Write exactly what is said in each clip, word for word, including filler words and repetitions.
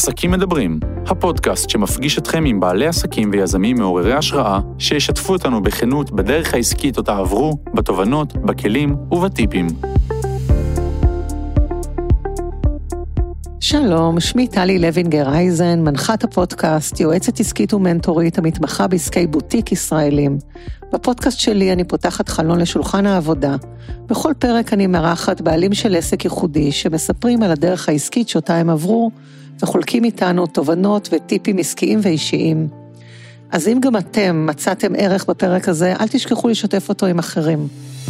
עסקים מדברים, הפודקאסט שמפגיש אתכם עם בעלי עסקים ויזמים מעוררי השראה, שישתפו אותנו בכנות בדרך העסקית אותה עברו, בתובנות, בכלים ובטיפים. שלום, שמי טלי לוינגר אייזן, מנחת הפודקאסט, יועצת עסקית ומנטורית המתמחה בעסקי בוטיק ישראלים. בפודקאסט שלי אני פותחת חלון לשולחן העבודה. בכל פרק אני מארחת בעלים של עסק ייחודי שמספרים על הדרך העסקית שאותה הם עברו, וחולקים איתנו תובנות וטיפים עסקיים ואישיים. אז אם גם אתם מצאתם ערך בפרק הזה, אל תשכחו לשתף אותו עם אחרים.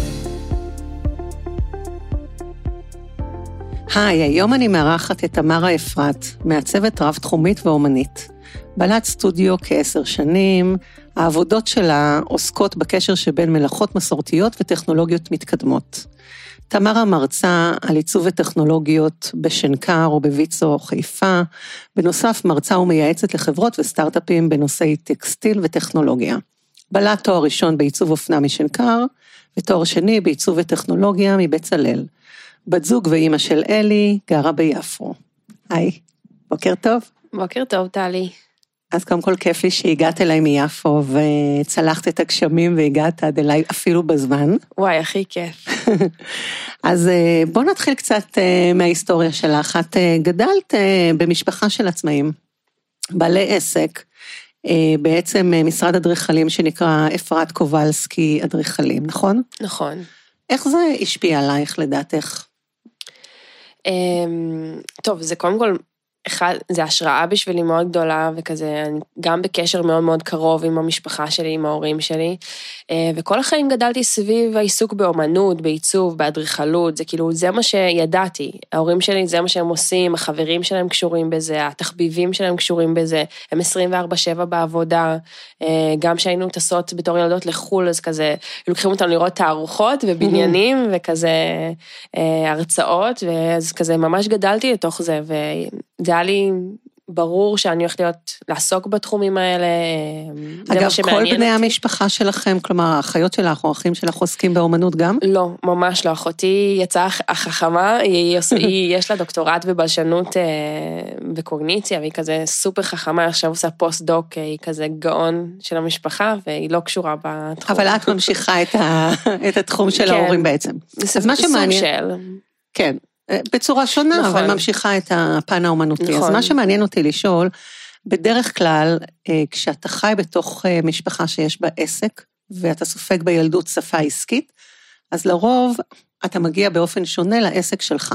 היי, היום אני מארחת את תמרה אפרת, מעצבת רב-תחומית ואומנית. בעלת סטודיו כעשר שנים, העבודות שלה עוסקות בקשר שבין מלאכות מסורתיות וטכנולוגיות מתקדמות. תמרה מרצה על עיצוב וטכנולוגיות בשנקר או בויצו חיפה, בנוסף מרצה ומייעצת לחברות וסטארט-אפים בנושאי טקסטיל וטכנולוגיה. בעלת תואר ראשון בעיצוב אופנה משנקר, ותואר שני בעיצוב וטכנולוגיה מבצלאל. בת זוג ואימא של אלי, גרה ביפו. היי, בוקר טוב. בוקר טוב, טלי. אז קודם כל כיף לי שהגעת אליי מיפו, וצלחת את הגשמים והגעת עד אליי אפילו בזמן. וואי, הכי כיף. אז בוא נתחיל קצת מההיסטוריה שלך. את גדלת במשפחה של עצמאים, בעלי עסק, בעצם משרד אדריכלים שנקרא אפרת קובלסקי אדריכלים, נכון? נכון. איך זה השפיע עלייך לדעתך? טוב, זה קודם כל, אחד, זה השראה בשבילי מאוד גדולה, וכזה, אני גם בקשר מאוד מאוד קרוב עם המשפחה שלי, עם ההורים שלי, וכל החיים גדלתי סביב העיסוק באומנות, בעיצוב, באדריכלות, זה כאילו, זה מה שידעתי, ההורים שלי זה מה שהם עושים, החברים שלהם קשורים בזה, התחביבים שלהם קשורים בזה, הם עשרים וארבע שבע בעבודה, גם שהיינו טסות בתור ילדות לחול, אז כזה, לוקחים אותנו לראות תערוכות ובניינים, וכזה הרצאות, ואז כזה ממש גדלתי לתוך זה, וזה היה לי ברור שאני הולכת להיות, לעסוק בתחומים האלה, אגב, כל בני המשפחה שלכם, כלומר, האחיות שלך או האחים שלך עוסקים באומנות גם? לא, ממש לא. אחותי יצאה החכמה, היא, היא, יש לה דוקטורט בבלשנות בקוגניציה, והיא כזה סופר חכמה, עכשיו עושה פוסט-דוק, היא כזה גאון של המשפחה, והיא לא קשורה בתחום. אבל את ממשיכה את, ה, את התחום של כן. ההורים בעצם. אז מה שמעניין... של... כן. בצורה שונה, נכון. אבל ממשיכה את הפן האומנותי. נכון. אז מה שמעניין אותי לשאול, בדרך כלל, כשאתה חי בתוך משפחה שיש בה עסק, ואתה סופג בילדות שפה עסקית, אז לרוב אתה מגיע באופן שונה לעסק שלך.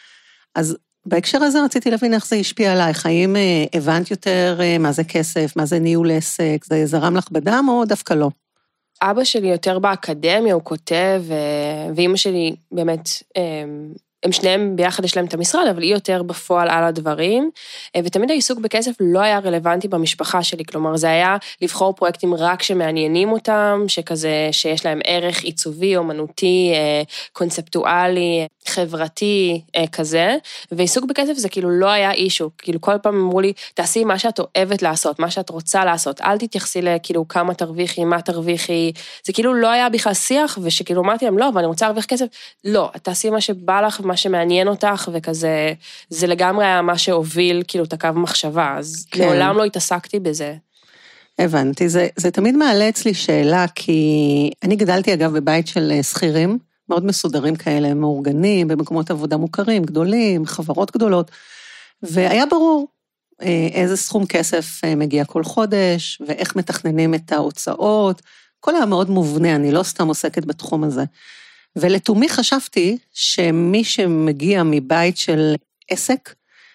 אז בהקשר הזה רציתי להבין איך זה השפיע עלייך, האם הבנת יותר מה זה כסף, מה זה ניהול עסק, זה זרם לך בדם או דווקא לא? אבא שלי יותר באקדמיה, הוא כותב, ואמא שלי באמת... הם שניהם ביחד יש להם את המשרד, אבל היא יותר בפועל על הדברים, ותמיד העיסוק בכסף לא היה רלוונטי במשפחה שלי, כלומר זה היה לבחור פרויקטים רק שמעניינים אותם, שכזה, שיש להם ערך עיצובי, אומנותי, קונספטואלי, חברתי, כזה, ועיסוק בכסף זה כאילו לא היה אישו, כאילו כל פעם אמרו לי, תעשי מה שאת אוהבת לעשות, מה שאת רוצה לעשות, אל תתייחסי לכאילו כמה תרוויחי, מה תרוויחי, זה כאילו לא היה בכלל שיח, ושכאילו אמרתי להם, לא, אבל אני רוצה להרוויח כסף, לא, תעשי מה שבא לך, מה שמעניין אותך, וכזה, זה לגמרי היה מה שהוביל, כאילו, את הקו מחשבה, אז כן. מעולם לא התעסקתי בזה. הבנתי, זה, זה תמיד מעלה אצלי שאלה, כי אני גדלתי אגב בבית של שכירים, מאוד מסודרים כאלה, מאורגנים, במקומות עבודה מוכרים, גדולים, חברות גדולות, והיה ברור איזה סכום כסף מגיע כל חודש, ואיך מתכננים את ההוצאות, כל היה מאוד מובנה, אני לא סתם עוסקת בתחום הזה. ולתומי חשבתי שמי שמגיע מבית של עסק,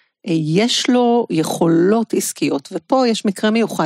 יש לו יכולות עסקיות, ופה יש מקרה מיוחד,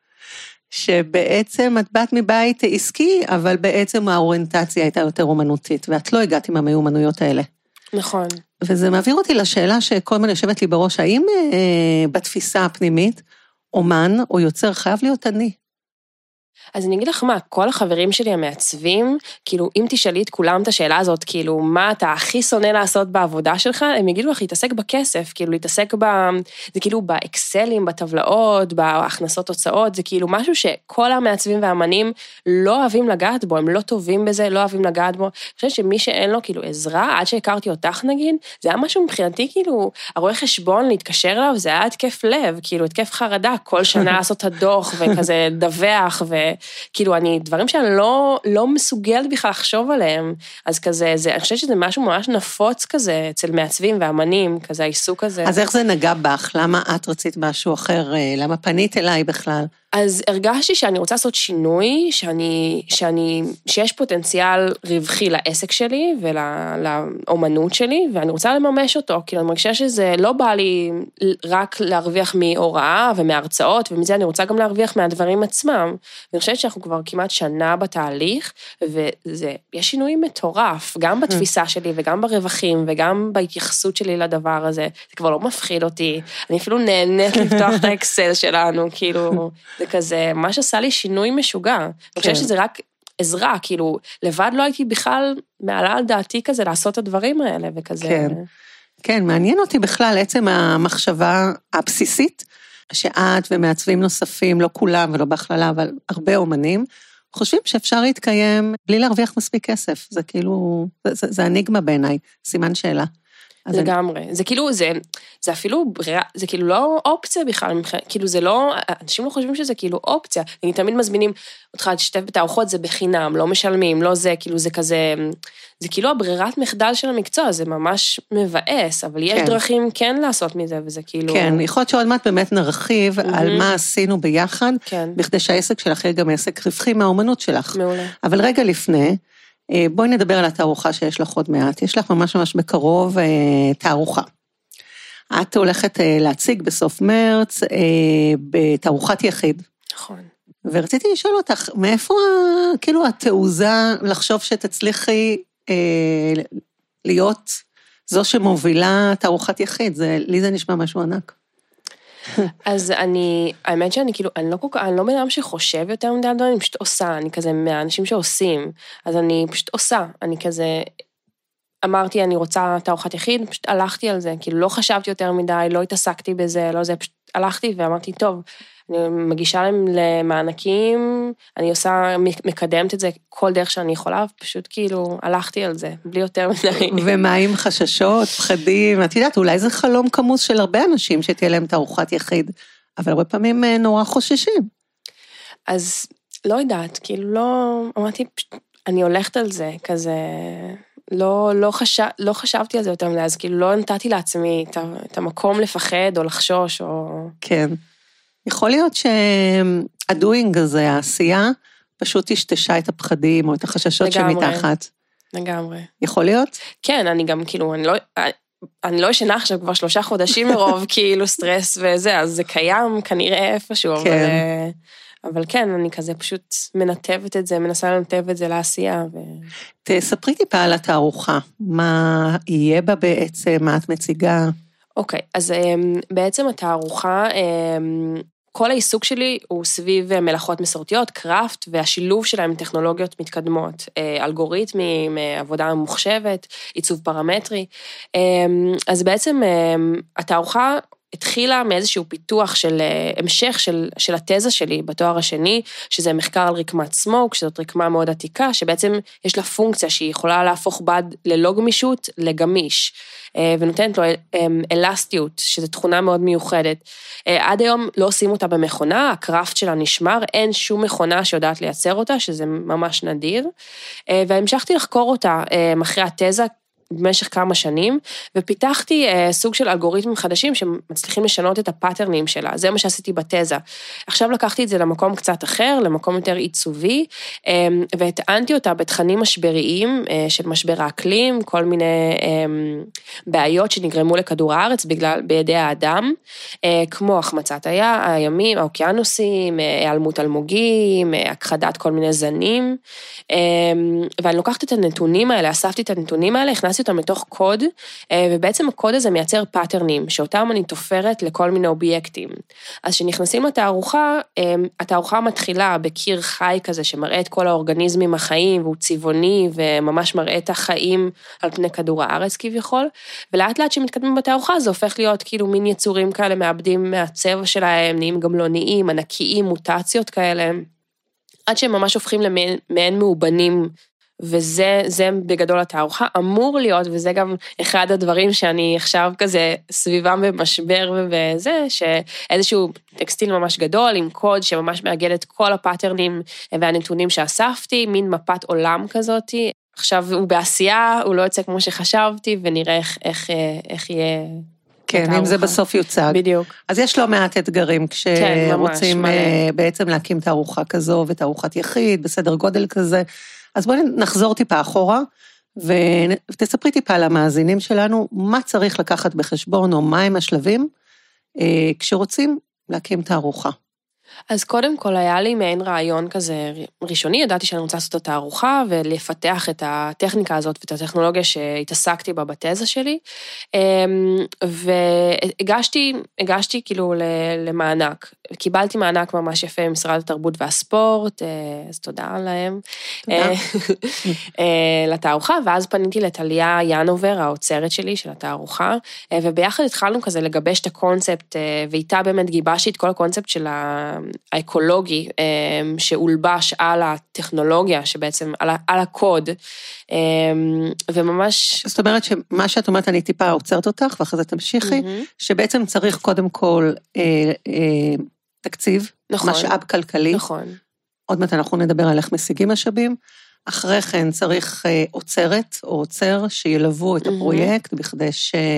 שבעצם את באת מבית עסקי, אבל בעצם האוריינטציה הייתה יותר אומנותית, ואת לא הגעת עם המיומנויות האלה. נכון. וזה מעביר אותי לשאלה שכל הזמן יושבת לי בראש, האם אה, בתפיסה הפנימית, אומן או יוצר חייב להיות אני? אז אני אגיד לך מה, כל החברים שלי המעצבים, כאילו, אם תשאלי את כולם את השאלה הזאת, כאילו, מה אתה הכי שונא לעשות בעבודה שלך, הם יגידו לך, להתעסק בכסף, כאילו, להתעסק ב... זה כאילו באקסלים, בטבלאות, בהכנסות הוצאות, זה כאילו משהו שכל המעצבים והאמנים לא אוהבים לגעת בו, הם לא טובים בזה, לא אוהבים לגעת בו. אני חושבת שמי שאין לו, כאילו, עזרה, עד שהכרתי אותך, נגיד, זה היה משהו מבחינתי, כאילו, הרואה חשבון להתקשר אליו, זה היה התקף לב, כאילו, התקף חרדה, כל שנה לעשות הדוח וכזה דווח ו... כאילו, אני, דברים שאני לא, לא מסוגלת בכלל לחשוב עליהם, אז כזה, זה, אני חושבת שזה משהו ממש נפוץ כזה, אצל מעצבים ואמנים, כזה, העיסוק הזה. אז איך זה נגע בך? למה את רצית משהו אחר? למה פנית אליי בכלל? אז הרגשתי שאני רוצה לעשות שינוי, שאני, שאני, שיש פוטנציאל רווחי לעסק שלי ולאומנות שלי, ואני רוצה לממש אותו, כאילו אני מרגישה שזה לא בא לי רק להרוויח מהוראה ומהרצאות, ומזה אני רוצה גם להרוויח מהדברים עצמם. ואני חושבת שאנחנו כבר כמעט שנה בתהליך, וזה, יש שינוי מטורף, גם בתפיסה שלי וגם ברווחים, וגם בהתייחסות שלי לדבר הזה, זה כבר לא מפחיד אותי, אני אפילו נהנית לפתוח את האקסל שלנו, כאילו, זה כזה, מה שעשה לי שינוי משוגע. אני חושבת שזה רק עזרה, כאילו, לבד לא הייתי בכלל מעלה על דעתי כזה לעשות את הדברים האלה, וכזה... כן, כן, מעניין אותי בכלל עצם המחשבה הבסיסית, שאת ומעצבים נוספים, לא כולם ולא בהכללה, אבל הרבה אומנים, חושבים שאפשר להתקיים בלי להרוויח מספיק כסף. זה כאילו, זה, זה אניגמה בעיניי, סימן שאלה. לגמרי, אני... זה כאילו, זה, זה אפילו, זה כאילו לא אופציה בכלל, כאילו זה לא, אנשים לא חושבים שזה כאילו אופציה, אני תמיד מזמינים אותך לשתף בתערוכות, זה בחינם, לא משלמים, לא זה, כאילו זה כזה, זה כאילו הברירת מחדל של המקצוע, זה ממש מבאס, אבל יש כן. דרכים כן לעשות מזה, וזה כאילו... כן, יכול להיות שעוד מעט באמת נרחיב mm-hmm. על מה עשינו ביחד, כן. בכדי שהעסק שלך יהיה גם עסק רווחי מהאומנות שלך. מעולה. אבל רגע לפני, בואי נדבר על התערוכה שיש לך עוד מעט. יש לך ממש ממש בקרוב תערוכה. את הולכת להציג בסוף מרץ בתערוכת יחיד. נכון. ורציתי לשאול אותך, מאיפה כאילו התעוזה לחשוב שתצליחי להיות זו שמובילה תערוכת יחיד? זה, לי זה נשמע משהו ענק. אז אני, האמת שאני כאילו, אני לא כל כך, אני לא בן אדם שחושב יותר מדי על דברים, אני פשוט עושה, אני כזה מהאנשים שעושים, אז אני פשוט עושה, אני כזה, אמרתי, אני רוצה תערוכת יחיד, פשוט הלכתי על זה, כאילו לא חשבתי יותר מדי, לא התעסקתי בזה, לא זה, פשוט הלכתי ואמרתי, טוב, אני מגישה להם למענקים, אני עושה, מקדמת את זה כל דרך שאני יכולה, פשוט כאילו הלכתי על זה, בלי יותר מדי. ומה עם חששות, פחדים, את יודעת, אולי זה חלום כמוס של הרבה אנשים שתהיה להם תערוכת יחיד, אבל הרבה פעמים נורא חוששים. אז לא יודעת, כאילו לא, אמרתי, אני הולכת על זה, כזה, לא, לא, חשב, לא חשבתי על זה יותר מדי, אז כאילו לא נתתי לעצמי את, את המקום לפחד או לחשוש או... כן. יכול להיות שהדוינג הזה, העשייה, פשוט תשתשה את הפחדים או את החששות שמתחת. לגמרי. יכול להיות? כן, אני גם כאילו, אני לא, אני לא ישנה עכשיו כבר שלושה חודשים מרוב כאילו סטרס וזה, אז זה קיים כנראה איפשהו, כן. אבל, אבל כן, אני כזה פשוט מנתבת את זה, מנסה לנתב את זה לעשייה. ו... תספרי טיפה על התערוכה, מה יהיה בה בעצם, מה את מציגה? אוקיי, אז בעצם התערוכה, כל העיסוק שלי הוא סביב מלאכות מסורתיות, קראפט, והשילוב שלהם עם טכנולוגיות מתקדמות, אלגוריתמים, עבודה ממוחשבת, עיצוב פרמטרי. אז בעצם התערוכה התחילה מאיזשהו פיתוח של המשך של, של התזה שלי בתואר השני, שזה מחקר על רקמת סמוק, שזאת רקמה מאוד עתיקה, שבעצם יש לה פונקציה שהיא יכולה להפוך בד ללא גמישות, לגמיש, ונותנת לו אלסטיות, שזו תכונה מאוד מיוחדת. עד היום לא עושים אותה במכונה, הקראפט שלה נשמר, אין שום מכונה שיודעת לייצר אותה, שזה ממש נדיר, והמשכתי לחקור אותה אחרי התזה, במשך כמה שנים, ופיתחתי אה, סוג של אלגוריתמים חדשים שמצליחים לשנות את הפאטרנים שלה, זה מה שעשיתי בתזה. עכשיו לקחתי את זה למקום קצת אחר, למקום יותר עיצובי, אה, והטענתי אותה בתכנים משבריים אה, של משבר האקלים, כל מיני אה, בעיות שנגרמו לכדור הארץ בגלל, בידי האדם, אה, כמו החמצת היה, הימים, האוקיינוסים, היעלמות אלמוגים, הכחדת כל מיני זנים, אה, ואני לוקחת את הנתונים האלה, אספתי את הנתונים האלה, הכנסתי הכנסתי אותם לתוך קוד, ובעצם הקוד הזה מייצר פאטרנים, שאותם אני תופרת לכל מיני אובייקטים. אז כשנכנסים לתערוכה, התערוכה מתחילה בקיר חי כזה, שמראה את כל האורגניזמים החיים, והוא צבעוני, וממש מראה את החיים על פני כדור הארץ כביכול, ולאט לאט שמתקדמים בתערוכה, זה הופך להיות כאילו מין יצורים כאלה, מאבדים מהצבע שלהם, נהיים גמלוניים, ענקיים, מוטציות כאלה, עד שהם ממש הופכים למעין מאובנים, וזה זה בגדול התערוכה אמור להיות, וזה גם אחד הדברים שאני עכשיו כזה סביבם במשבר ובזה, שאיזשהו טקסטיל ממש גדול עם קוד שממש מאגד את כל הפאטרנים והנתונים שאספתי, מין מפת עולם כזאת, עכשיו הוא בעשייה, הוא לא יוצא כמו שחשבתי, ונראה איך, איך, איך יהיה... כן, אם זה בסוף יוצג. בדיוק. אז יש לא מעט אתגרים כשרוצים בעצם להקים תערוכה כזו, ותערוכת יחיד, בסדר גודל כזה. אז בואי נחזור טיפה אחורה, ותספרי טיפה למאזינים שלנו, מה צריך לקחת בחשבון, או מהם השלבים, כשרוצים להקים תערוכה. אז קודם כל היה לי מעין רעיון כזה ראשוני, ידעתי שאני רוצה לעשות את התערוכה, ולפתח את הטכניקה הזאת, ואת הטכנולוגיה שהתעסקתי בה בתזה שלי, והגשתי, הגשתי כאילו למענק, קיבלתי מענק ממש יפה ממשרד התרבות והספורט, אז תודה להם, תודה. לתערוכה, ואז פניתי לטליה ינובר, האוצרת שלי של התערוכה, וביחד התחלנו כזה לגבש את הקונספט, ואיתה באמת גיבשתי את כל הקונספט של האקולוגי, שהולבש על הטכנולוגיה, שבעצם על, על הקוד, וממש... זאת אומרת שמה שאת אומרת, אני טיפה עוצרת אותך, ואחרי זה תמשיכי, mm-hmm. שבעצם צריך קודם כל אה, אה, תקציב, נכון, משאב כלכלי, נכון. עוד מעט אנחנו נדבר על איך משיגים משאבים, אחרי כן צריך אה, עוצרת או עוצר שילוו את הפרויקט, mm-hmm. בכדי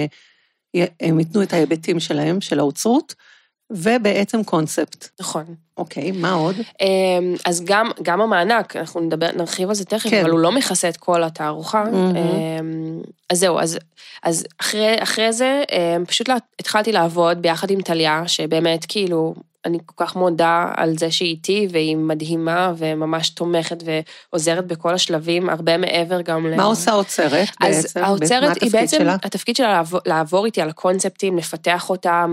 שהם ייתנו את ההיבטים שלהם, של האוצרות, ובעצם קונספט. נכון. אוקיי, מה עוד? אז גם, גם המענק, אנחנו נדבר, נרחיב על זה תכף, כן. אבל הוא לא מכסה את כל התערוכה. Mm-hmm. אז זהו, אז, אז אחרי, אחרי זה, פשוט התחלתי לעבוד ביחד עם טליה, שבאמת כאילו, אני כל כך מודה על זה שהיא איתי, והיא מדהימה, וממש תומכת ועוזרת בכל השלבים, הרבה מעבר גם... מה ל... עושה עוצרת אז בעצם? העוצרת היא בעצם, שלה? התפקיד שלה לעבור, לעבור איתי על הקונספטים, לפתח אותם,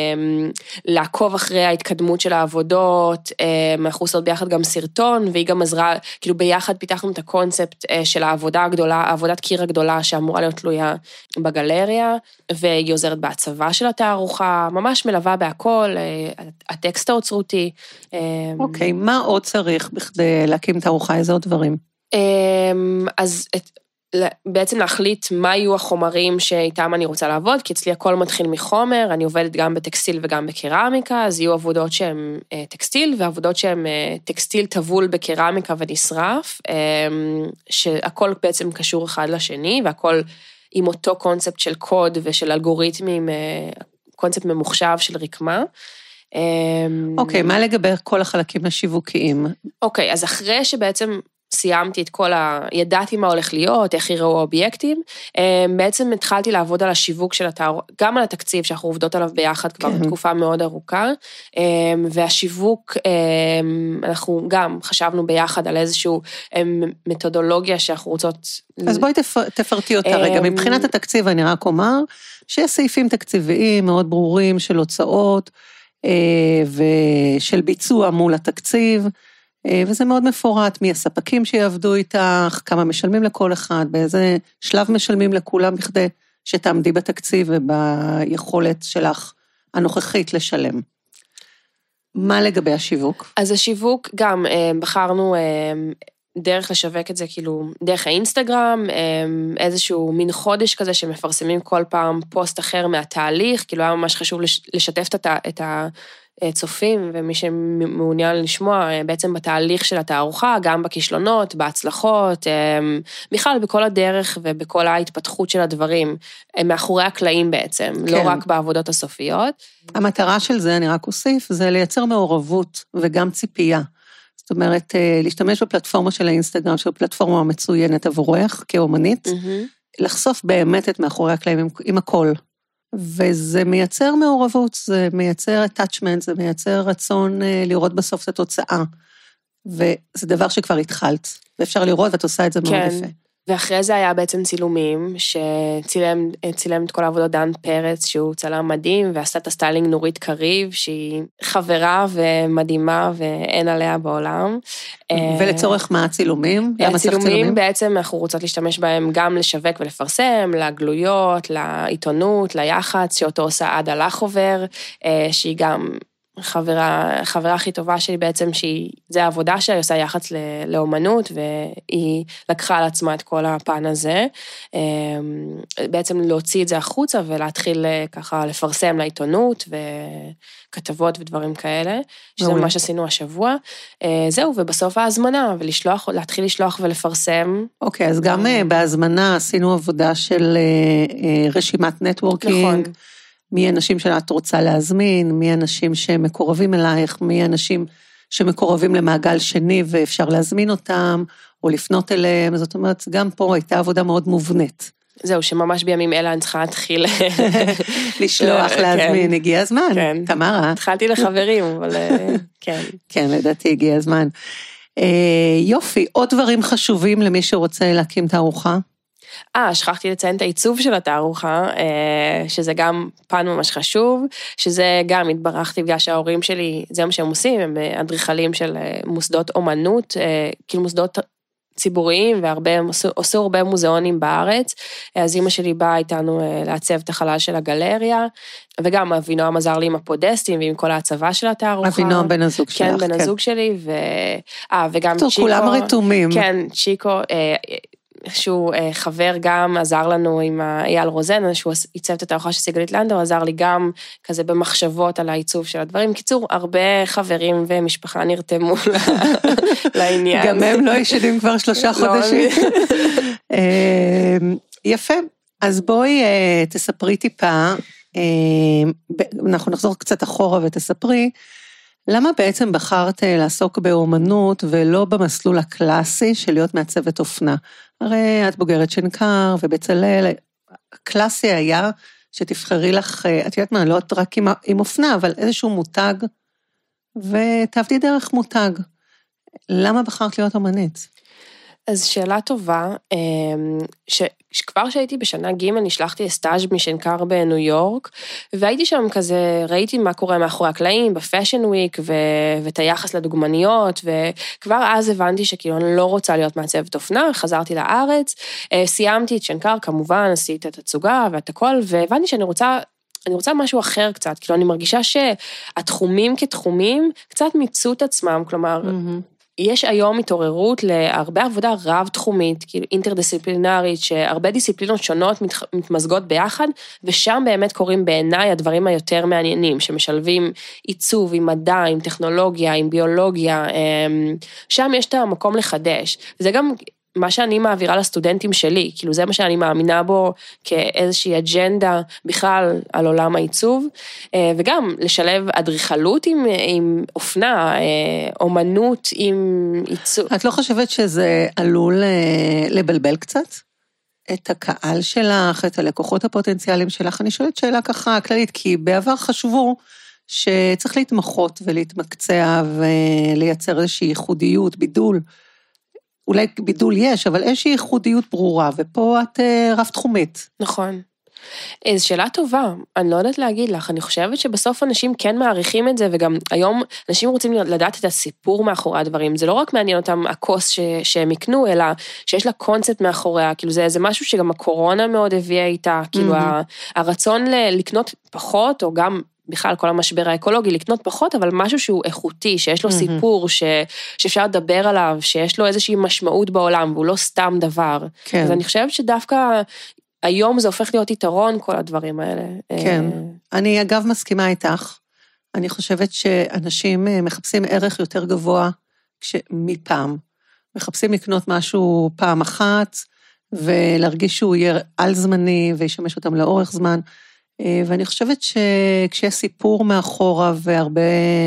לעקוב אחרי ההתקדמות של העבודות, אנחנו עושות ביחד גם סרטון, והיא גם עזרה, כאילו ביחד פיתחנו את הקונספט של העבודה הגדולה, העבודת קיר הגדולה, שאמורה להיות תלויה בגלריה, והיא עוזרת בהצבה של התערוכה, ממש מלווה בהכל, הטקסט האוצרותי. אוקיי, מה עוד צריך בכדי להקים תערוכה, איזה עוד דברים? אז בעצם להחליט מה יהיו החומרים שאיתם אני רוצה לעבוד, כי אצלי הכל מתחיל מחומר, אני עובדת גם בטקסטיל וגם בקרמיקה, אז יהיו עבודות שהן טקסטיל, ועבודות שהן טקסטיל טבול בקרמיקה ונשרף, שהכל בעצם קשור אחד לשני, והכל עם אותו קונספט של קוד ושל אלגוריתמים, קונספט ממוחשב של רקמה. אוקיי, מה לגבי כל החלקים השיווקיים? אוקיי, אז אחרי שבעצם סיימתי את כל ה... ידעתי מה הולך להיות, איך יראו האובייקטים, בעצם התחלתי לעבוד על השיווק של התערוכה, גם על התקציב שאנחנו עובדות עליו ביחד כבר בתקופה מאוד ארוכה, והשיווק, אנחנו גם חשבנו ביחד על איזשהו מתודולוגיה שאנחנו רוצות... אז בואי תפרטי אותה רגע, מבחינת התקציב אני רק אומר, שיש סעיפים תקציביים מאוד ברורים של הוצאות, ושל ביצוע מול התקציב, וזה מאוד מפורט, מי הספקים שיעבדו איתך, כמה משלמים לכל אחד, באיזה שלב משלמים לכולם, בכדי שתעמדי בתקציב וביכולת שלך הנוכחית לשלם. מה לגבי השיווק? אז השיווק גם בחרנו דרך לשווק את זה, כאילו, דרך האינסטגרם, איזשהו מין חודש כזה שמפרסמים כל פעם פוסט אחר מהתהליך, כאילו היה ממש חשוב לשתף את הצופים, ומי שמעוניין לשמוע בעצם בתהליך של התערוכה, גם בכישלונות, בהצלחות, בכלל בכל הדרך ובכל ההתפתחות של הדברים, מאחורי הקלעים בעצם, כן. לא רק בעבודות הסופיות. המטרה של זה, אני רק אוסיף, זה לייצר מעורבות וגם ציפייה. זאת אומרת, להשתמש בפלטפורמה של האינסטגרם, של פלטפורמה מצוינת עבורך, כאומנית, mm-hmm. לחשוף באמת את מאחורי הקלעים עם, עם הכל. וזה מייצר מעורבות, זה מייצר attachment, זה מייצר רצון לראות בסוף את התוצאה. וזה דבר שכבר התחלת, ואפשר לראות, ואת עושה את זה מאוד כן. יפה. ואחרי זה היה בעצם צילומים, שצילם צילם את כל העבודות דן פרץ, שהוא צלם מדהים, ועשתה את הסטיילינג נורית קריב, שהיא חברה ומדהימה, ואין עליה בעולם. ולצורך מה הצילומים? הצילומים בעצם אנחנו רוצות להשתמש בהם גם לשווק ולפרסם, לגלויות, לעיתונות, ליח"צ, שאותו עושה עדה לחובר, שהיא גם חברה, חברה הכי טובה שלי בעצם, שהיא, זה העבודה שלה, היא עושה יח"צ לאומנות, והיא לקחה על עצמה את כל הפן הזה, בעצם להוציא את זה החוצה, ולהתחיל ככה לפרסם לעיתונות, וכתבות ודברים כאלה, שזה מה שעשינו השבוע. זהו, ובסוף ההזמנה, ולשלוח, להתחיל לשלוח ולפרסם. אוקיי, אז גם בהזמנה עשינו עבודה של רשימת נטוורקינג, נכון. מי אנשים שאת רוצה להזמין, מי אנשים שמקורבים אלייך, מי אנשים שמקורבים למעגל שני ואפשר להזמין אותם, או לפנות אליהם, זאת אומרת, גם פה הייתה עבודה מאוד מובנית. זהו, שממש בימים אלה אני צריכה להתחיל לשלוח, להזמין, הגיע הזמן, תמרה. התחלתי לחברים, אבל כן. כן, לדעתי הגיע הזמן. יופי, עוד דברים חשובים למי שרוצה להקים תערוכה? אה, שכחתי לציין את העיצוב של התערוכה, שזה גם פן ממש חשוב, שזה גם התברכתי בגלל שההורים שלי, זה מה שהם עושים, הם אדריכלים של מוסדות אומנות, כאילו מוסדות ציבוריים, והרבה, עשו הרבה מוזיאונים בארץ, אז אמא שלי באה איתנו לעצב את החלל של הגלריה, וגם אבינועם עזר לי עם הפודסטים, ועם כל ההצבה של התערוכה. אבינועם בן הזוג שלך. כן, בן הזוג שלי, ו... אה, וגם צ'יקו. כולם רתומים. כן, צ'יקו, שהוא חבר גם, עזר לנו עם אייל רוזן, שהוא ייצב את התערוכה של סיגלית לנדאו, עזר לי גם כזה במחשבות על העיצוב של הדברים. קיצור, הרבה חברים ומשפחה נרתמו לעניין. גם הם לא ישנים כבר שלושה חודשים. יפה, אז בואי תספרי טיפה, אנחנו נחזור קצת אחורה ותספרי, למה בעצם בחרת לעסוק באומנות ולא במסלול הקלאסי של להיות מעצבת אופנה? הרי את בוגרת שנקר ובצלאל, הקלאסי היה שתבחרי לך, את יודעת מה, לא רק עם, עם אופנה, אבל איזשהו מותג, ותעבדי דרך מותג. למה בחרת להיות אומנית? אז שאלה טובה, ש... שכבר שהייתי בשנה ג' נשלחתי לסטאז' משנקר בניו יורק, והייתי שם כזה, ראיתי מה קורה מאחורי הקלעים, בפשן וויק, ו... ואת היחס לדוגמניות, וכבר אז הבנתי שכאילו אני לא רוצה להיות מעצבת אופנה, חזרתי לארץ, סיימתי את שנקר, כמובן, עשיתי את התצוגה ואת הכל, והבנתי שאני רוצה, אני רוצה משהו אחר קצת, כאילו אני מרגישה שהתחומים כתחומים, קצת מיצו את עצמם, כלומר, mm-hmm. יש היום התעוררות להרבה עבודה רב-תחומית, כאילו אינטרדיסציפלינרית, שהרבה דיסציפלינות שונות מתמזגות ביחד, ושם באמת קוראים בעיניי הדברים היותר מעניינים, שמשלבים עיצוב עם מדע, עם טכנולוגיה, עם ביולוגיה, שם יש את המקום לחדש. וזה גם מה שאני מעבירה לסטודנטים שלי, כאילו זה מה שאני מאמינה בו כאיזושהי אג'נדה בכלל על עולם העיצוב, וגם לשלב אדריכלות עם, עם אופנה, אומנות עם עיצוב. את לא חושבת שזה עלול לבלבל קצת? את הקהל שלך, את הלקוחות הפוטנציאליים שלך? אני שואלת שאלה ככה כללית, כי בעבר חשבו שצריך להתמחות ולהתמקצע ולייצר איזושהי ייחודיות, בידול, אולי בידול יש, אבל איזושהי ייחודיות ברורה, ופה את רב תחומית. נכון. איזו שאלה טובה, אני לא יודעת להגיד לך, אני חושבת שבסוף אנשים כן מעריכים את זה, וגם היום אנשים רוצים לדעת את הסיפור מאחורי הדברים, זה לא רק מעניין אותם הכוס ש, שהם יקנו, אלא שיש לה קונספט מאחוריה, כאילו זה, זה משהו שגם הקורונה מאוד הביאה איתה, כאילו mm-hmm. הרצון לקנות פחות, או גם בכלל כל המשבר האקולוגי, לקנות פחות, אבל משהו שהוא איכותי, שיש לו mm-hmm. סיפור, ש, שאפשר לדבר עליו, שיש לו איזושהי משמעות בעולם, והוא לא סתם דבר. כן. אז אני חושבת שדווקא היום זה הופך להיות יתרון, כל הדברים האלה. כן. אני אגב מסכימה איתך, אני חושבת שאנשים מחפשים ערך יותר גבוה מפעם, מחפשים לקנות משהו פעם אחת, ולהרגיש שהוא יהיה על זמני, וישמש אותם לאורך זמן, ואני חושבת שכשיש סיפור מאחורה, והרבה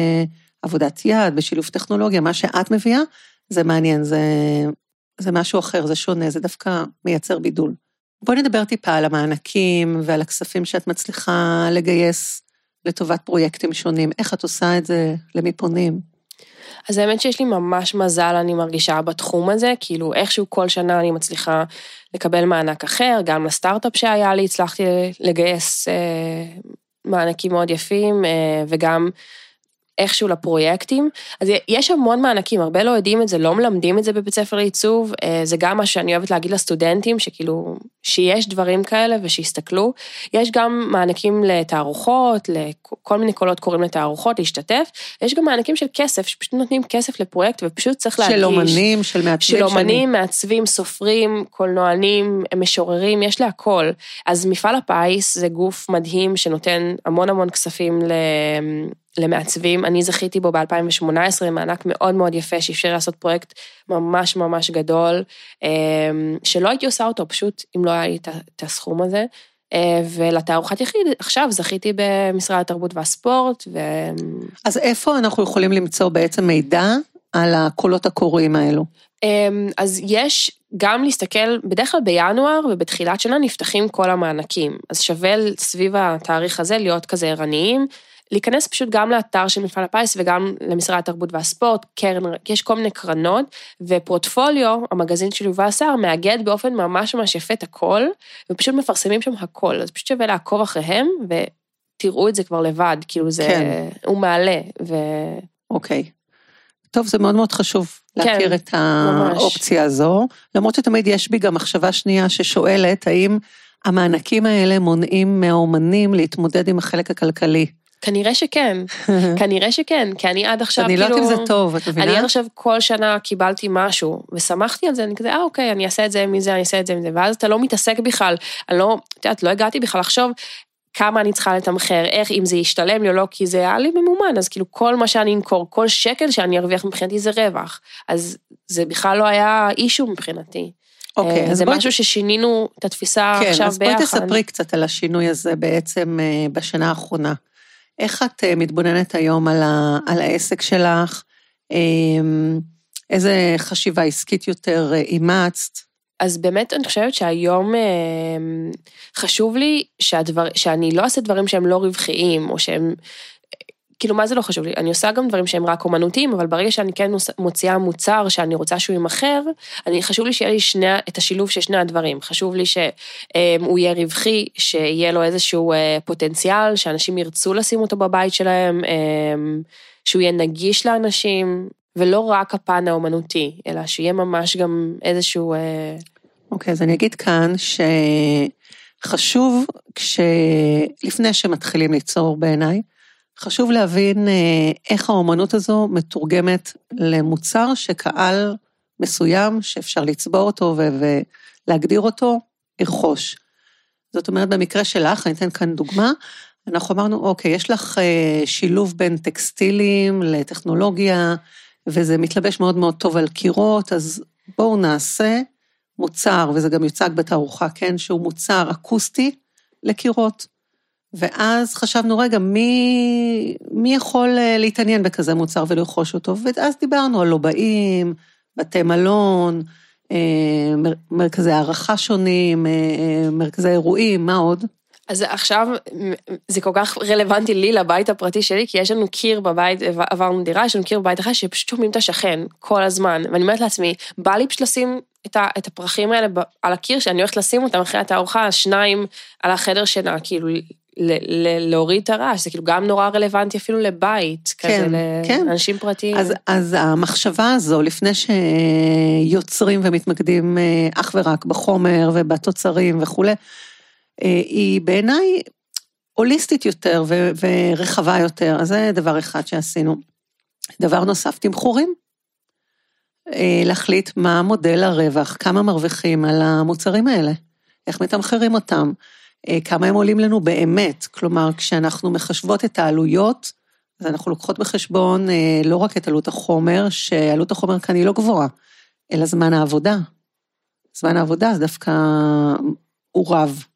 עבודת יד, בשילוב טכנולוגיה, מה שאת מביאה, זה מעניין, זה, זה משהו אחר, זה שונה, זה דווקא מייצר בידול. בואי נדבר טיפה על המענקים, ועל הכספים שאת מצליחה לגייס לטובת פרויקטים שונים. איך את עושה את זה? למי פונים? אז האמת שיש לי ממש מזל, אני מרגישה בתחום הזה, כאילו איכשהו כל שנה אני מצליחה לקבל מענק אחר, גם לסטארט-אפ שהיה לי, הצלחתי לגייס אה, מענקים מאוד יפים, אה, וגם איכשהו לפרויקטים, אז יש המון מענקים, הרבה לא יודעים את זה, לא מלמדים את זה בבית ספר לעיצוב, זה גם מה שאני אוהבת להגיד לסטודנטים, שכאילו, שיש דברים כאלה ושיסתכלו, יש גם מענקים לתערוכות, לכל מיני קולות קוראים לתערוכות, להשתתף, יש גם מענקים של כסף, שפשוט נותנים כסף לפרויקט, ופשוט צריך להגיש. של אומנים, של מעצבים. של אומנים, מעצבים, סופרים, קולנוענים, משוררים, יש להכל. אז מפעל הפיס זה גוף מדהים, שנותן המון המון כספים ל... למעצבים, אני זכיתי בו ב-אלפיים ושמונה עשרה, מענק מאוד מאוד יפה, שאפשר לעשות פרויקט ממש ממש גדול, שלא הייתי עושה אותו, פשוט אם לא היה לי את הסכום הזה, ולתערוכת יחיד, עכשיו זכיתי במשרד התרבות והספורט. ו... אז איפה אנחנו יכולים למצוא בעצם מידע על הקולות הקוראים האלו? אז יש גם להסתכל, בדרך כלל בינואר ובתחילת שנה נפתחים כל המענקים, אז שווה סביב התאריך הזה להיות כזה ערניים, להיכנס פשוט גם לאתר של מפעל הפיס וגם למשרד התרבות והספורט, קרן, יש כל מיני קרנות, ופורטפוליו, המגזין של יובל סער, מאגד באופן ממש ממש יפה את הכל, ופשוט מפרסמים שם הכל, אז פשוט שווה לעקוב אחריהם, ותראו את זה כבר לבד, כאילו זה, כן. הוא מעלה. ו... אוקיי. טוב, זה מאוד מאוד חשוב להכיר כן, את האופציה ממש. הזו, למרות שתמיד יש בי גם מחשבה שנייה ששואלת, האם המענקים האלה מונעים מהאומנים להתמודד עם החלק הכלכלי? כנראה שכן, כנראה שכן, כי אני עד עכשיו, אני לא יודעת אם זה טוב, את מבינה? אני עד עכשיו כל שנה קיבלתי משהו, ושמחתי על זה, אני כזה, אה, אוקיי, אני אעשה את זה מזה, אני אעשה את זה מזה, ואז אתה לא מתעסק בכלל, אני לא, את יודעת, לא הגעתי בכלל לחשוב כמה אני צריכה לתמחר, איך, אם זה ישתלם לי או לא, כי זה היה לי ממומן, אז כאילו כל מה שאני אנקור, כל שקל שאני ארוויח מבחינתי זה רווח, אז זה בכלל לא היה אישו מבחינתי. אוקיי, זה משהו ששינינו את התפיסה עכשיו ביחד. כן, אז בואי תספרי קצת על השינוי הזה בעצם בשנה האחרונה. איך את מתבוננת היום על, ה, על העסק שלך? איזה חשיבה עסקית יותר אימצת? אז באמת אני חושבת שהיום חשוב לי שהדבר, שאני לא אעשה דברים שהם לא רווחיים, או שהם, כאילו מה זה לא חשוב לי? אני עושה גם דברים שהם רק אומנותיים, אבל ברגע שאני כן מוציאה מוצר שאני רוצה שהוא ימחר, אני חשוב לי שיהיה לי שני, את השילוב של שני הדברים. חשוב לי שהוא יהיה רווחי, שיהיה לו איזשהו פוטנציאל, שאנשים ירצו לשים אותו בבית שלהם, שהוא יהיה נגיש לאנשים, ולא רק הפן האומנותי, אלא שיהיה ממש גם איזשהו... אוקיי, אז אני אגיד כאן שחשוב, לפני שמתחילים ליצור בעיניי, חשוב להבין איך האומנות הזו מתורגמת למוצר שקהל מסוים, שאפשר לצבור אותו ולהגדיר אותו, ירכוש. זאת אומרת, במקרה שלך, אני אתן כאן דוגמה, אנחנו אמרנו, אוקיי, יש לך שילוב בין טקסטילים לטכנולוגיה, וזה מתלבש מאוד מאוד טוב על קירות, אז בואו נעשה מוצר, וזה גם יוצג בתערוכה, כן, שהוא מוצר אקוסטי לקירות. ואז חשבנו, רגע, מי, מי יכול להתעניין בכזה מוצר ולרכוש אותו? ואז דיברנו על לובעים, בתי מלון, מרכזי הערכה שונים, מרכזי אירועים, מה עוד? אז עכשיו זה כל כך רלוונטי לי לבית הפרטי שלי, כי יש לנו קיר בבית, עברנו דירה, יש לנו קיר בבית אחר, שפשוט שומעים את השכן כל הזמן, ואני אומרת לעצמי, בא לי פשוט לשים את, ה, את הפרחים האלה על הקיר, שאני הולכת לשים אותם אחרי התערוכה, שניים על החדר שינה, כאילו ל, ל, להוריד את הרעש, זה כאילו גם נורא רלוונטי אפילו לבית, כן, כזה כן. לאנשים פרטיים. אז, אז המחשבה הזו, לפני שיוצרים ומתמקדים אך ורק בחומר ובתוצרים וכו', היא בעיניי הוליסטית יותר ו- ורחבה יותר, אז זה דבר אחד שעשינו. דבר נוסף, תמחורים. להחליט מה מודל הרווח, כמה מרוויחים על המוצרים האלה, איך מתמחרים אותם, כמה הם עולים לנו באמת, כלומר, כשאנחנו מחשבות את העלויות, אז אנחנו לוקחות בחשבון לא רק את עלות החומר, שעלות החומר כאן היא לא גבוהה, אלא זמן העבודה. זמן העבודה זה דווקא הוא רב,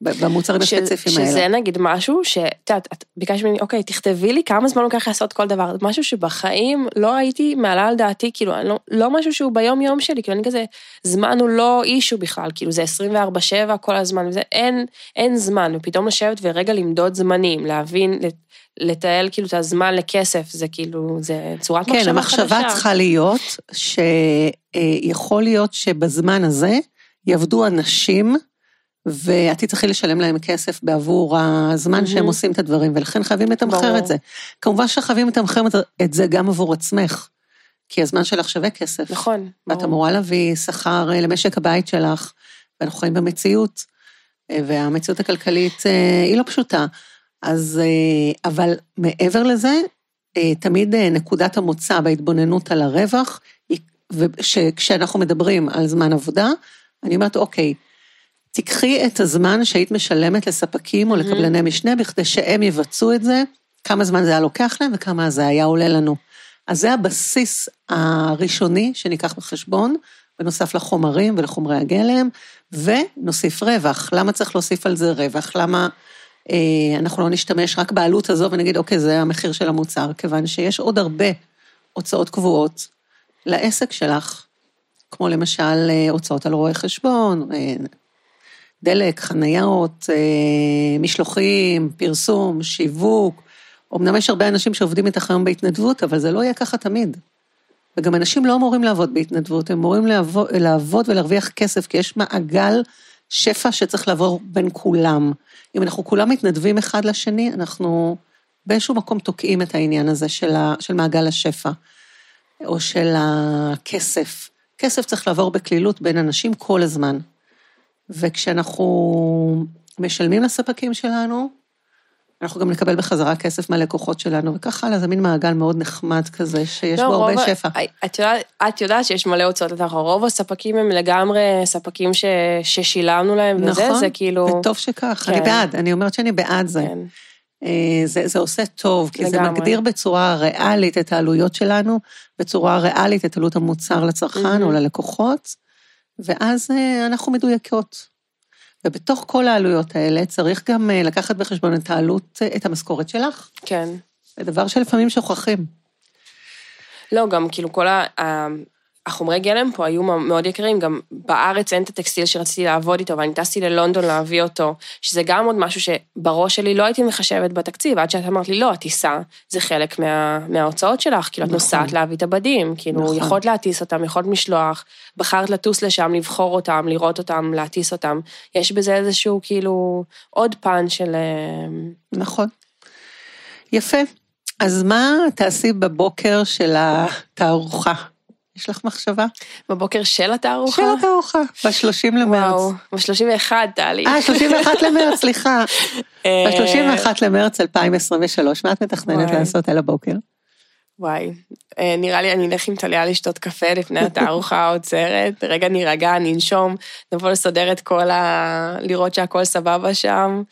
במוצרים הספציפיים האלה. שזה נגיד משהו שאת יודעת, ביקשת ממני, אוקיי, תכתבי לי כמה זמן לוקח לעשות כל דבר, משהו שבחיים לא הייתי מעלה על דעתי, כאילו, לא, לא משהו שהוא ביום יום שלי, כאילו, אני כזה, זמן הוא לא אישו בכלל, כאילו, זה עשרים וארבע שבע כל הזמן, וזה, אין, אין זמן, ופתאום לשבת ורגע למדוד זמנים, להבין, לתעל כאילו את הזמן לכסף, זה כאילו, זה צורת מחשבה חדשה. כן, המחשבה צריכה להיות, שיכול להיות שבזמן הזה, יעבדו אנשים, ואת תצטרכי לשלם להם כסף בעבור הזמן שהם עושים את הדברים, ולכן חייבים לתמחר את זה. כמובן שחייבים לתמחר את זה גם עבור עצמך, כי הזמן שלך שווה כסף. נכון. ואת אמורה להביא שכר למשק הבית שלך, ואנחנו חיים במציאות, והמציאות הכלכלית היא לא פשוטה. אז, אבל מעבר לזה, תמיד נקודת המוצא בהתבוננות על הרווח, וכשאנחנו מדברים על זמן עבודה, אני אומרת, אוקיי, תיקחי את הזמן שהיית משלמת לספקים או לקבלני משנה, בכדי שהם יבצעו את זה, כמה זמן זה היה לוקח להם וכמה זה היה עולה לנו. אז זה הבסיס הראשוני שניקח בחשבון, בנוסף לחומרים ולחומרי הגלם, ונוסיף רווח. למה צריך להוסיף על זה רווח? למה אה, אנחנו לא נשתמש רק בעלות הזו ונגיד, אוקיי, זה המחיר של המוצר, כיוון שיש עוד הרבה הוצאות קבועות לעסק שלך, כמו למשל הוצאות על רואי חשבון, דלק, חניות, משלוחים, פרסום, שיווק. אמנם יש הרבה אנשים שעובדים איתך היום בהתנדבות, אבל זה לא יהיה ככה תמיד. וגם אנשים לא אמורים לעבוד בהתנדבות, הם אמורים לעבוד, לעבוד ולהרוויח כסף, כי יש מעגל שפע שצריך לעבור בין כולם. אם אנחנו כולם מתנדבים אחד לשני, אנחנו באיזשהו מקום תוקעים את העניין הזה של, ה, של מעגל השפע, או של הכסף. כסף צריך לעבור בכלילות בין אנשים כל הזמן. וכשאנחנו משלמים לספקים שלנו, אנחנו גם נקבל בחזרה כסף מהלקוחות שלנו, וכך הלאה, זה מין מעגל מאוד נחמד כזה, שיש לא, בו הרבה רוב, שפע. את יודעת, את יודעת שיש מלא הוצאות לתחר, רוב הספקים הם לגמרי ספקים ש, ששילמנו להם, נכון, וזה, זה כאילו... וטוב שכך, כן. אני בעד, אני אומרת שאני בעד זה. כן. זה, זה עושה טוב, כי לגמרי. זה מגדיר בצורה ריאלית את העלויות שלנו, בצורה ריאלית את עלות המוצר לצרכן mm-hmm. או ללקוחות, ואז אנחנו מדויקות. ובתוך כל העלויות האלה צריך גם לקחת בחשבון את העלות, את המשכורת שלך. כן. זה דבר שלפעמים שוכחים. לא, גם כאילו כל ה... החומרי גלם פה היו מאוד יקרים, גם בארץ אין את הטקסטיל שרציתי לעבוד איתו, ואני טסתי ללונדון להביא אותו, שזה גם עוד משהו שבראש שלי לא הייתי מחשבת בתקציב, עד שאת אמרת לי, לא, הטיסה זה חלק מה, מההוצאות שלך, כאילו את נוסעת להביא את הבדים, כאילו יכולת להטיס אותם, יכולת משלוח, בחרת לטוס לשם, לבחור אותם, לראות אותם, להטיס אותם, יש בזה איזשהו כאילו עוד פן של... נכון. יפה. אז מה תעשי בבוקר של התערוכה? יש לך מחשבה? בבוקר של התערוכה? של התערוכה, ב-שלושים למרץ. וואו, ב-שלושים ואחת, טלי. אה, שלושים ואחת למרץ, סליחה. ב-שלושים ואחת למרץ אלפיים עשרים ושלוש, מה את מתכננת לעשות על הבוקר? וואי, נראה לי אני אלך עם טליה לשתות קפה לפני התערוכה העוצרת, רגע נירגע, ננשום, נבוא לסדר את כל ה... לראות שהכל סבבה שם.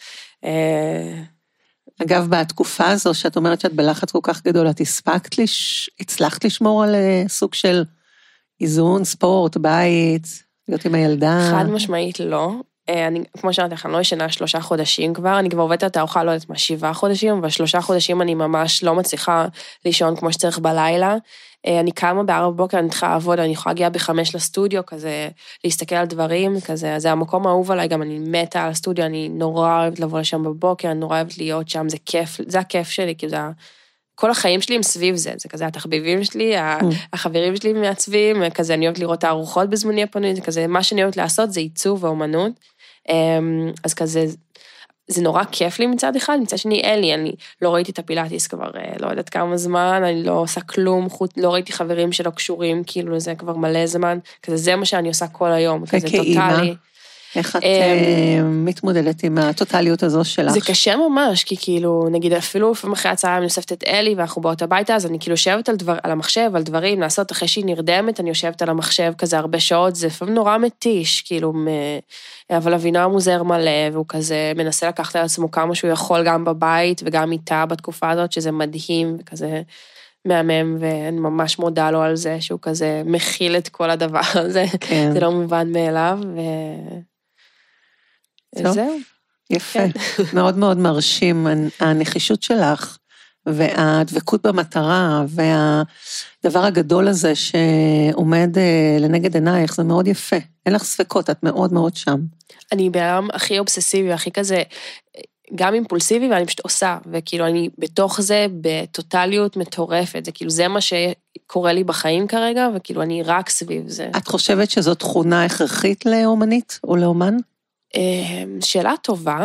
אגב, בתקופה הזו, שאת אומרת שאת בלחץ כל כך גדול, את הספקת, לש... הצלחת לשמור על סוג של איזון, ספורט, בית, להיות עם הילדה? חד משמעית לא. אני, כמו שאמרתי לך, אני לא ישנה שלושה חודשים כבר, אני כבר עובדת את הארוחה, לא יודעת מה, שבעה חודשים, אבל שלושה חודשים אני ממש לא מצליחה לישון כמו שצריך בלילה. אני קמה בארבע בבוקר, אני צריכה לעבוד, אני יכולה להגיע בחמש לסטודיו, כזה, להסתכל על דברים, כזה, זה המקום האהוב עליי, גם אני מתה על הסטודיו, אני נורא אוהבת לבוא לשם בבוקר, אני נורא אוהבת להיות שם, זה כיף, זה הכיף שלי, כאילו זה, כל החיים שלי הם סביב זה, זה כזה, התחביבים שלי, החברים שלי מעצבים, כזה, אני אוהבת לראות את הארוחות בזמני הפנוי, זה כזה, מה שאני אוהבת לעשות זה עיצוב ואומנות, אז כזה, זה נורא כיף לי מצד אחד, מצד שני אין לי, אני לא ראיתי את הפילאטיס כבר, לא יודעת כמה זמן, אני לא עושה כלום, לא ראיתי חברים שלא קשורים, כאילו זה כבר מלא זמן, כזה זה מה שאני עושה כל היום, כזה טוטלי. איך את מתמודדת עם הטוטליות הזו שלך? זה קשה ממש, כי כאילו, נגיד אפילו לפעמים אחרי הצעה אני נוספת את אלי, ואנחנו באות הביתה, אז אני כאילו יושבת על, דבר, על המחשב, על דברים, לעשות אחרי שהיא נרדמת, אני יושבת על המחשב כזה הרבה שעות, זה לפעמים נורא מתיש, כאילו, אבל אבינועם הוא זר מלא, והוא כזה מנסה לקחת על עצמו כמה שהוא יכול גם בבית, וגם איתה בתקופה הזאת, שזה מדהים, וכזה מהמם, ואני ממש מודה לו על זה, שהוא כזה מכיל את כל הדבר הזה, כן. זה לא מובן מאליו, ו... טוב, זהו. יפה, מאוד מאוד מרשים, הנחישות שלך, והדבקות במטרה, והדבר הגדול הזה שעומד לנגד עינייך, זה מאוד יפה, אין לך ספקות, את מאוד מאוד שם. אני בעולם הכי אובססיבי, הכי כזה, גם אימפולסיבי, ואני פשוט עושה, וכאילו אני בתוך זה, בטוטליות מטורפת, זה כאילו זה מה שקורה לי בחיים כרגע, וכאילו אני רק סביב זה. את חושבת שזו תכונה הכרחית לאומנית או לאומן? שאלה טובה,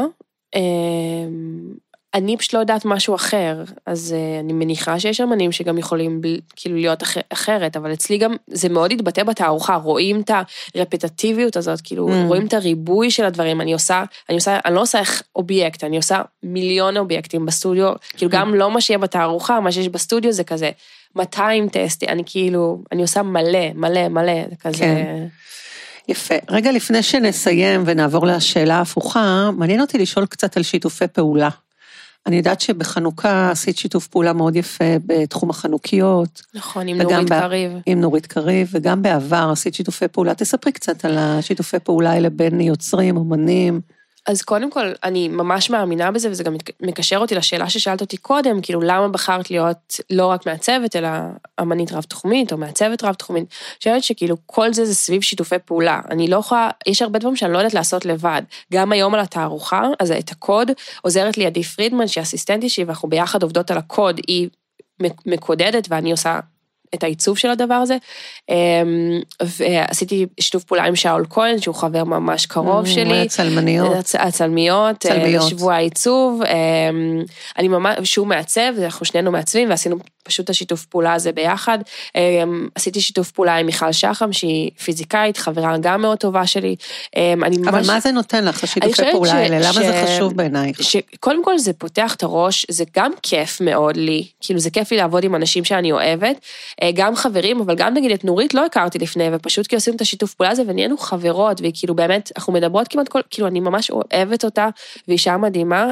אני פשוט לא יודעת משהו אחר, אז אני מניחה שיש אמנים שגם יכולים כאילו להיות אחרת, אבל אצלי גם זה מאוד התבטא בתערוכה, רואים את הרפטטיביות הזאת, כאילו mm. רואים את הריבוי של הדברים, אני עושה, אני עושה, אני לא עושה איך אובייקט, אני עושה מיליון אובייקטים בסטודיו, כאילו גם לא מה שיהיה בתערוכה, מה שיש בסטודיו זה כזה מאתיים טסטים, אני כאילו, אני עושה מלא, מלא, מלא, זה כזה... כן. יפה. רגע לפני שנסיים ונעבור לשאלה ההפוכה, מעניין אותי לשאול קצת על שיתופי פעולה. אני יודעת שבחנוכה עשית שיתוף פעולה מאוד יפה בתחום החנוכיות. נכון, עם נורית קריב. עם נורית קריב, וגם בעבר עשית שיתופי פעולה. תספרי קצת על השיתופי פעולה האלה בין יוצרים, אומנים. אז קודם כל, אני ממש מאמינה בזה, וזה גם מקשר אותי לשאלה ששאלת אותי קודם, כאילו למה בחרת להיות לא רק מעצבת, אלא אמנית רב-תחומית, או מעצבת רב-תחומית. אני חושבת שכאילו כל זה זה סביב שיתופי פעולה. אני לא יכולה, יש הרבה דברים שאני לא יודעת לעשות לבד. גם היום על התערוכה, אז את הקוד עוזרת לי עדי פרידמן, שהיא אסיסטנטית שלי, ואנחנו ביחד עובדות על הקוד, היא מקודדת, ואני עושה את העיצוב של הדבר הזה, ועשיתי שיתוף פעולה עם שאול כהן, שהוא חבר ממש קרוב שלי. הצלמניות. הצלמיות, שבוע העיצוב, אני ממש, שהוא מעצב, אנחנו שנינו מעצבים, ועשינו פשוט השיתוף פעולה הזה ביחד. עשיתי שיתוף פעולה עם מיכל שחם, שהיא פיזיקאית, חברה גם מאוד טובה שלי. אבל מה זה נותן לך, השיתופי פעולה האלה? למה זה חשוב בעינייך? קודם כל זה פותח את הראש, זה גם כיף מאוד לי, כאילו זה כיף לי לעבוד עם אנשים שאני אוהבת, גם חברים, אבל גם נגיד את נורית לא הכרתי לפני, ופשוט כי עושים את השיתוף פעולה הזה, ונהיינו חברות, והיא כאילו באמת, אנחנו מדברות כמעט כל, כאילו אני ממש אוהבת אותה, והיא אישה מדהימה,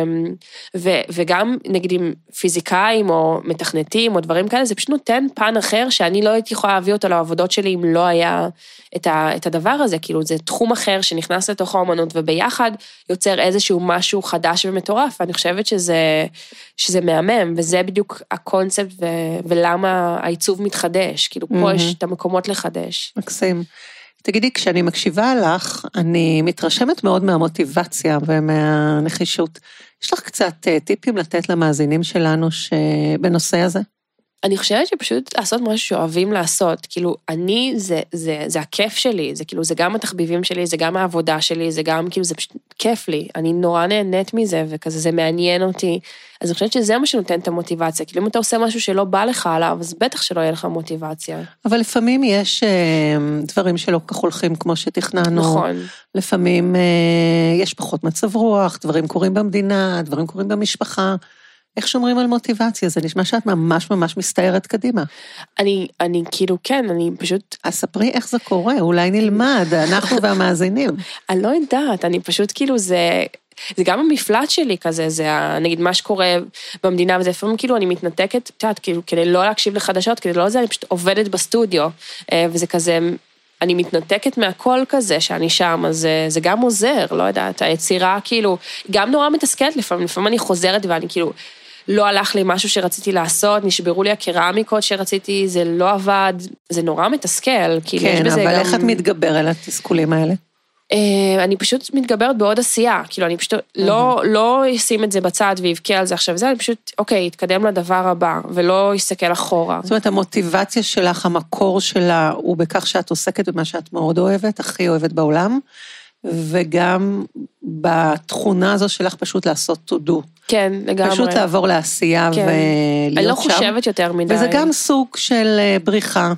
ו, וגם נגיד עם פיזיקאים או מתכנתים או דברים כאלה, זה פשוט נותן פן אחר, שאני לא הייתי יכולה להביא אותו לעבודות שלי, אם לא היה את, ה, את הדבר הזה, כאילו זה תחום אחר שנכנס לתוך האומנות, וביחד יוצר איזשהו משהו חדש ומטורף, ואני חושבת שזה, שזה מהמם, וזה בדיוק הקונספט, ו, ולמה העיצוב מתחדש, כאילו פה mm-hmm. יש את המקומות לחדש. מקסים. תגידי, כשאני מקשיבה לך, אני מתרשמת מאוד מהמוטיבציה ומהנחישות. יש לך קצת טיפים לתת למאזינים שלנו שבנושא הזה? אני חושבת שפשוט לעשות משהו שאוהבים לעשות, כאילו אני, זה, זה, זה הכיף שלי, זה כאילו, זה גם התחביבים שלי, זה גם העבודה שלי, זה גם כאילו, זה פשוט כיף לי, אני נורא נהנית מזה, וכזה זה מעניין אותי, אז אני חושבת שזה מה שנותן את המוטיבציה, כאילו אם אתה עושה משהו שלא בא לך עליו, אז בטח שלא יהיה לך מוטיבציה. אבל לפעמים יש דברים שלא כך הולכים כמו שתכננו, נכון. לפעמים יש פחות מצב רוח, דברים קורים במדינה, דברים קורים במשפחה, איך שומרים על מוטיבציה? זה נשמע שאת ממש ממש מסתערת קדימה. אני, אני כאילו, כן, אני פשוט... אז ספרי איך זה קורה, אולי נלמד, אנחנו והמאזינים. אני לא יודעת, אני פשוט כאילו זה... זה גם המפלט שלי כזה, זה נגיד מה שקורה במדינה, וזה לפעמים כאילו אני מתנתקת, תעת, כאילו, כדי לא להקשיב לחדשות, כדי לא זה, אני פשוט עובדת בסטודיו, וזה כזה... אני מתנתקת מהכל כזה שאני שם, אז זה גם עוזר, לא יודעת, היצירה כאילו, גם נורא מתסכלת לפעמים, לפעמים אני חוזרת ואני כאילו, לא הלך לי משהו שרציתי לעשות, נשברו לי הקרמיקות שרציתי, זה לא עבד, זה נורא מתסכל, כאילו כן, אבל גם... איך את מתגבר על התסכולים האלה? אני פשוט מתגברת בעוד עשייה, כאילו אני פשוט לא, לא אשים את זה בצד ויבכה על זה עכשיו, זה אני פשוט, אוקיי, יתקדם לדבר הבא, ולא יסתכל אחורה. זאת אומרת, המוטיבציה שלך, המקור שלה, הוא בכך שאת עוסקת במה שאת מאוד אוהבת, הכי אוהבת בעולם, וגם בתכונה הזו שלך פשוט לעשות to do. כן, לגמרי. פשוט לעבור לעשייה כן. ולהיות שם. אני לא חושבת יותר מדי. וזה גם סוג של בריחה.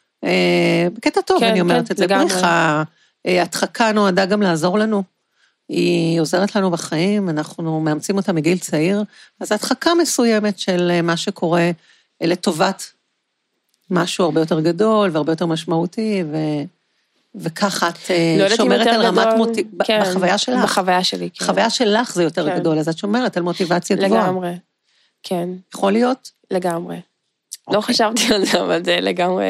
בקטע טוב, כן, אני אומרת כן, את זה, לגמרי. בריחה. הדחקה נועדה גם לעזור לנו, היא עוזרת לנו בחיים, אנחנו מאמצים אותה מגיל צעיר, אז הדחקה מסוימת של מה שקורה לטובת משהו הרבה יותר גדול והרבה יותר משמעותי, ו... וככה את לא שומרת על רמת מוטיבציה, כן, בחוויה שלך. בחוויה שלי, כן. בחוויה שלך זה יותר כן. גדול, אז את שומרת על מוטיבציה גבוהה. לגמרי, כן. יכול להיות? לגמרי. Okay. לא חשבתי על זה, אבל זה לגמרי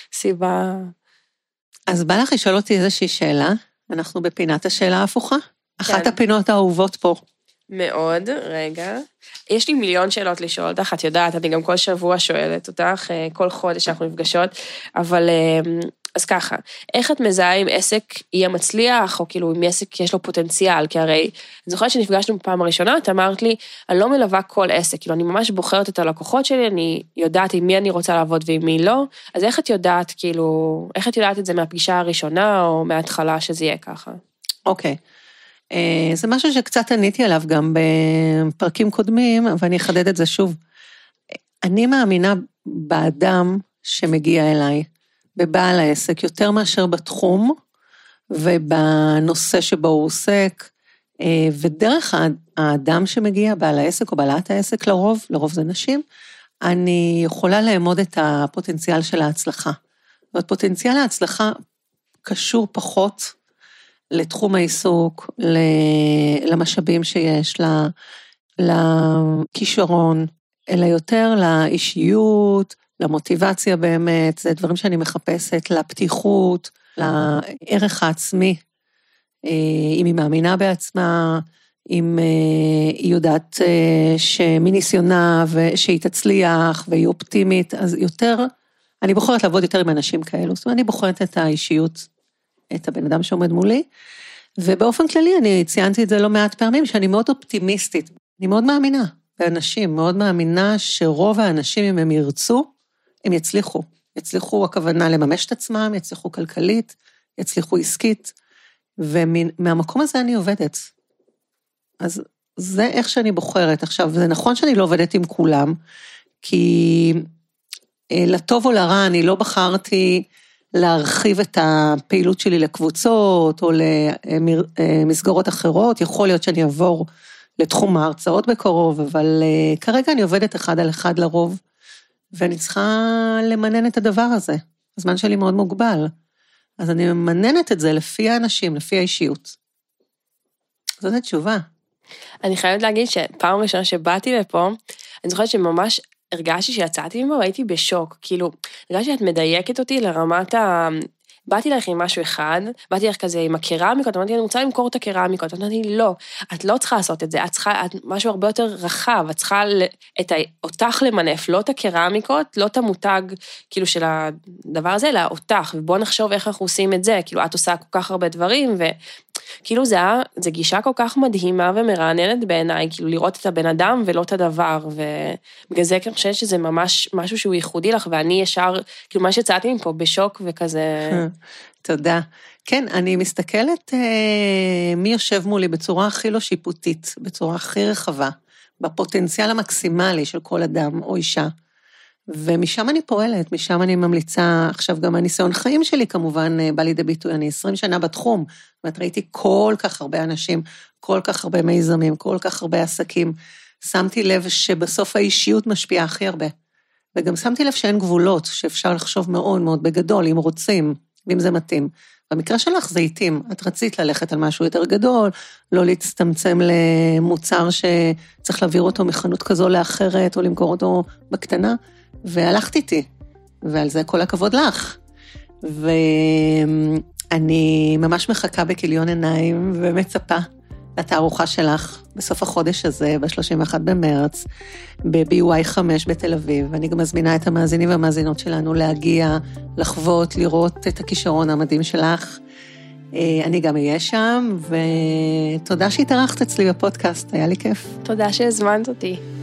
סיבה... אז בא לך לשאול אותי איזושהי שאלה, אנחנו בפינת השאלה ההפוכה. אחת הפינות האהובות פה. מאוד, רגע. יש לי מיליון שאלות לשאול אותך, את יודעת, אני גם כל שבוע שואלת אותך, כל חודש שאנחנו נפגשות, אבל אז ככה, איך את מזהה אם עסק יהיה מצליח, או כאילו אם עסק יש לו פוטנציאל, כי הרי, אני זוכרת שנפגשנו בפעם הראשונה, את אמרת לי, אני לא מלווה כל עסק, כאילו אני ממש בוחרת את הלקוחות שלי, אני יודעת עם מי אני רוצה לעבוד ועם מי לא, אז איך את יודעת, כאילו, איך את יודעת את זה מהפגישה הראשונה, או מההתחלה שזה יהיה ככה? אוקיי. זה משהו שקצת עניתי עליו גם בפרקים קודמים, אבל אני אחדד את זה שוב. אני מאמינה באדם שמגיע אליי, בבעל העסק, יותר מאשר בתחום, ובנושא שבו הוא עוסק, ודרך האדם שמגיע, בעל העסק או בעלת העסק לרוב, לרוב זה נשים, אני יכולה לאמוד את הפוטנציאל של ההצלחה. והפוטנציאל ההצלחה קשור פחות לתחום העיסוק, למשאבים שיש, לכישרון, אלא יותר לאישיות, למוטיבציה באמת, זה דברים שאני מחפשת, לפתיחות, לערך העצמי, אם היא מאמינה בעצמה, אם היא יודעת שמניסיונה ושהיא תצליח והיא אופטימית, אז יותר, אני בוחרת לעבוד יותר עם אנשים כאלו, זאת אומרת, אני בוחרת את האישיות, את הבן אדם שעומד מולי, ובאופן כללי אני ציינתי את זה לא מעט פעמים, שאני מאוד אופטימיסטית, אני מאוד מאמינה באנשים, מאוד מאמינה שרוב האנשים, אם הם ירצו, הם יצליחו, יצליחו הכוונה לממש את עצמם, יצליחו כלכלית, יצליחו עסקית, ומהמקום הזה אני עובדת. אז זה איך שאני בוחרת. עכשיו, זה נכון שאני לא עובדת עם כולם, כי לטוב או לרע, אני לא בחרתי להרחיב את הפעילות שלי לקבוצות, או למסגרות אחרות, יכול להיות שאני אעבור לתחום ההרצאות בקרוב, אבל כרגע אני עובדת אחד על אחד לרוב, ואני צריכה למנן את הדבר הזה. הזמן שלי מאוד מוגבל. אז אני ממננת את זה לפי האנשים, לפי האישיות. זאת התשובה. אני חייבת להגיד שפעם ראשונה שבאתי לפה, אני זוכרת שממש הרגשתי שיצאתי מפה, והייתי בשוק. כאילו, הרגשתי שאת מדייקת אותי לרמת ה... באתי לך עם משהו אחד, באתי לך כזה עם הקרמיקות, אמרתי, אני רוצה למכור את הקרמיקות, אמרתי לי, לא, את לא צריכה לעשות את זה, את צריכה, את משהו הרבה יותר רחב, את צריכה את אותך למנף, לא את הקרמיקות, לא את המותג, כאילו, של הדבר הזה, אלא אותך, ובוא נחשוב איך אנחנו עושים את זה, כאילו, את עושה כל כך הרבה דברים, וכאילו, זה, זה גישה כל כך מדהימה ומרעננת בעיניי, כאילו, לראות את הבן אדם ולא את הדבר, ובגלל זה אני חושבת שזה ממש משהו שהוא ייחודי לך, ואני ישר, כאילו, מה שיצאתי מפה בשוק וכזה... תודה. כן, אני מסתכלת אה, מי יושב מולי בצורה הכי לא שיפוטית, בצורה הכי רחבה, בפוטנציאל המקסימלי של כל אדם או אישה, ומשם אני פועלת, משם אני ממליצה, עכשיו גם הניסיון חיים שלי כמובן בא לידי ביטוי, אני עשרים שנה בתחום, ואת ראיתי כל כך הרבה אנשים, כל כך הרבה מיזמים, כל כך הרבה עסקים, שמתי לב שבסוף האישיות משפיעה הכי הרבה, וגם שמתי לב שאין גבולות, שאפשר לחשוב מאוד מאוד בגדול, אם רוצים, ואם זה מתאים. במקרה שלך זה איתים, את רצית ללכת על משהו יותר גדול, לא להצטמצם למוצר שצריך להעביר אותו מחנות כזו לאחרת, או למכור אותו בקטנה, והלכת איתי, ועל זה כל הכבוד לך. ואני ממש מחכה בכיליון עיניים, ומצפה לתערוכה שלך בסוף החודש הזה, ב-שלושים ואחד במרץ, ב-בי וואי חמש בתל אביב, ואני גם מזמינה את המאזינים והמאזינות שלנו להגיע, לחוות, לראות את הכישרון המדהים שלך. אני גם אהיה שם, ותודה שהתארחת אצלי בפודקאסט, היה לי כיף. תודה שהזמנת אותי.